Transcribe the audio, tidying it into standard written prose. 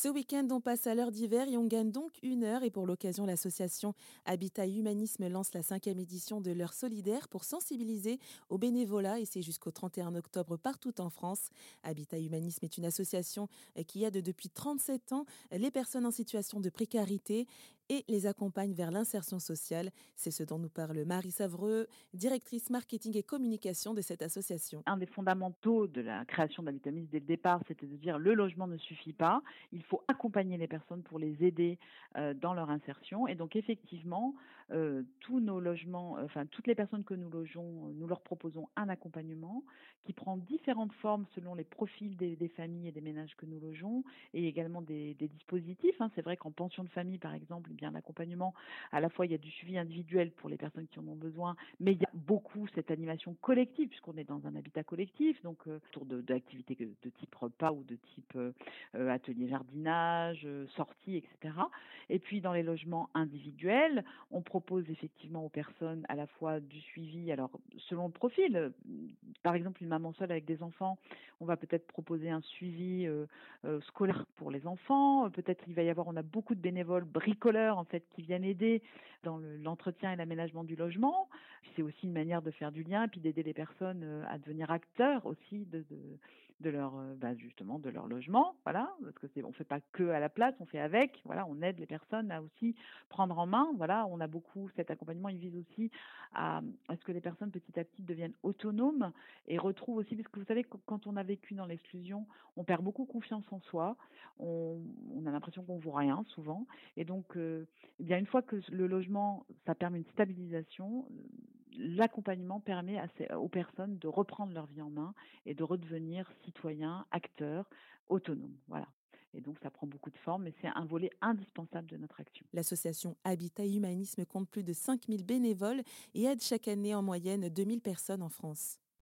Ce week-end, on passe à l'heure d'hiver et on gagne donc 1 heure. Et pour l'occasion, l'association Habitat Humanisme lance la 5e édition de l'heure solidaire pour sensibiliser au bénévolat. Et c'est jusqu'au 31 octobre partout en France. Habitat Humanisme est une association qui aide depuis 37 ans les personnes en situation de précarité et les accompagne vers l'insertion sociale. C'est ce dont nous parle Marie Savreux, directrice marketing et communication de cette association. Un des fondamentaux de la création d'Habitamis dès le départ, c'était de dire le logement ne suffit pas, il faut accompagner les personnes pour les aider dans leur insertion. Et donc effectivement, tous nos logements, enfin toutes les personnes que nous logeons, nous leur proposons un accompagnement qui prend différentes formes selon les profils des familles et des ménages que nous logeons, et également des dispositifs. C'est vrai qu'en pension de famille, par exemple, eh bien l'accompagnement, à la fois il y a du suivi individuel pour les personnes qui en ont besoin, mais il y a beaucoup cette animation collective puisqu'on est dans un habitat collectif, donc autour d'activités de type repas ou de type atelier jardinage, sortie, etc. Et puis dans les logements individuels, on propose effectivement aux personnes à la fois du suivi, alors selon le profil. Par exemple, une maman seule avec des enfants, on va peut-être proposer un suivi scolaire pour les enfants. Peut-être on a beaucoup de bénévoles bricoleurs en fait qui viennent aider dans l'entretien et l'aménagement du logement. C'est aussi une manière de faire du lien et puis d'aider les personnes à devenir acteurs aussi de leur justement de leur logement, voilà, parce que on fait pas que à la place, on fait avec, voilà, on aide les personnes à aussi prendre en main, voilà, on a beaucoup cet accompagnement, il vise aussi à ce que les personnes petit à petit deviennent autonomes et retrouvent aussi, parce que vous savez, quand on a vécu dans l'exclusion, on perd beaucoup confiance en soi, on a l'impression qu'on vaut rien souvent, et donc eh bien une fois que le logement, ça permet une stabilisation, l'accompagnement permet aux personnes de reprendre leur vie en main et de redevenir citoyens, acteurs, autonomes. Voilà. Et donc, ça prend beaucoup de formes, mais c'est un volet indispensable de notre action. L'association Habitat Humanisme compte plus de 5000 bénévoles et aide chaque année en moyenne 2000 personnes en France.